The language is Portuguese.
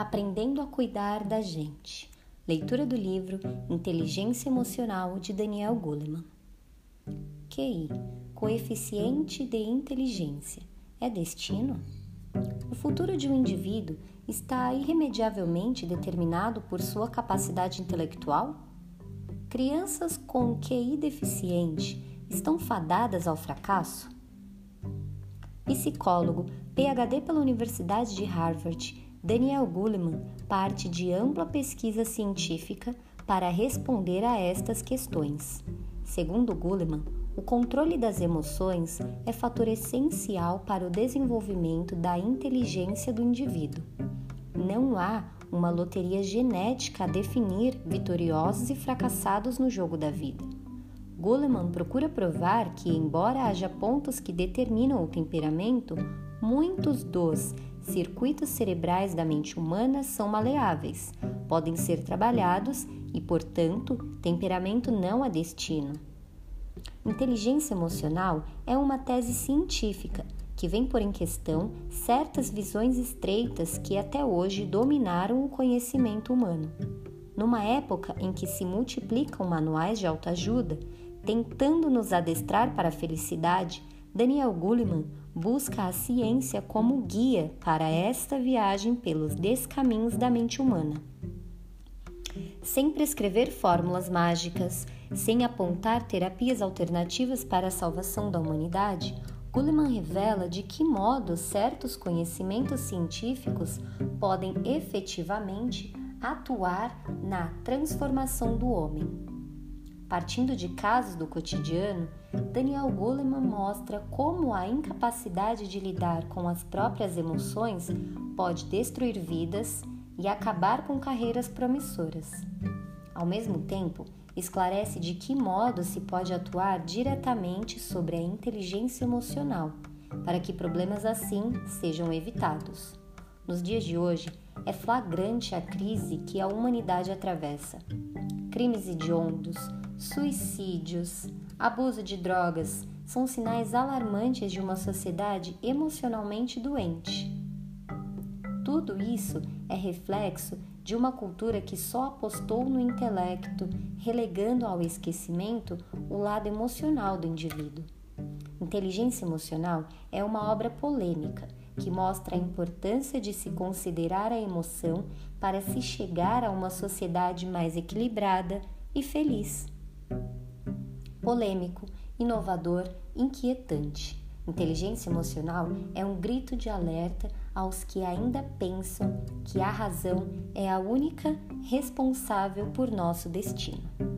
Aprendendo a Cuidar da Gente. Leitura do livro Inteligência Emocional, de Daniel Goleman. QI, coeficiente de inteligência, é destino? O futuro de um indivíduo está irremediavelmente determinado por sua capacidade intelectual? Crianças com QI deficiente estão fadadas ao fracasso? Psicólogo, PhD pela Universidade de Harvard, Daniel Goleman parte de ampla pesquisa científica para responder a estas questões. Segundo Goleman, o controle das emoções é fator essencial para o desenvolvimento da inteligência do indivíduo. Não há uma loteria genética a definir vitoriosos e fracassados no jogo da vida. Goleman procura provar que, embora haja pontos que determinam o temperamento, muitos dos circuitos cerebrais da mente humana são maleáveis, podem ser trabalhados e, portanto, temperamento não é destino. Inteligência emocional é uma tese científica que vem pôr em questão certas visões estreitas que até hoje dominaram o conhecimento humano. Numa época em que se multiplicam manuais de autoajuda, tentando nos adestrar para a felicidade, Daniel Goleman busca a ciência como guia para esta viagem pelos descaminhos da mente humana. Sem prescrever fórmulas mágicas, sem apontar terapias alternativas para a salvação da humanidade, Goleman revela de que modo certos conhecimentos científicos podem efetivamente atuar na transformação do homem. Partindo de casos do cotidiano, Daniel Goleman mostra como a incapacidade de lidar com as próprias emoções pode destruir vidas e acabar com carreiras promissoras. Ao mesmo tempo, esclarece de que modo se pode atuar diretamente sobre a inteligência emocional, para que problemas assim sejam evitados. Nos dias de hoje, é flagrante a crise que a humanidade atravessa. Crimes hediondos, suicídios, abuso de drogas são sinais alarmantes de uma sociedade emocionalmente doente. Tudo isso é reflexo de uma cultura que só apostou no intelecto, relegando ao esquecimento o lado emocional do indivíduo. Inteligência emocional é uma obra polêmica que mostra a importância de se considerar a emoção para se chegar a uma sociedade mais equilibrada e feliz. Polêmico, inovador, inquietante. Inteligência emocional é um grito de alerta aos que ainda pensam que a razão é a única responsável por nosso destino.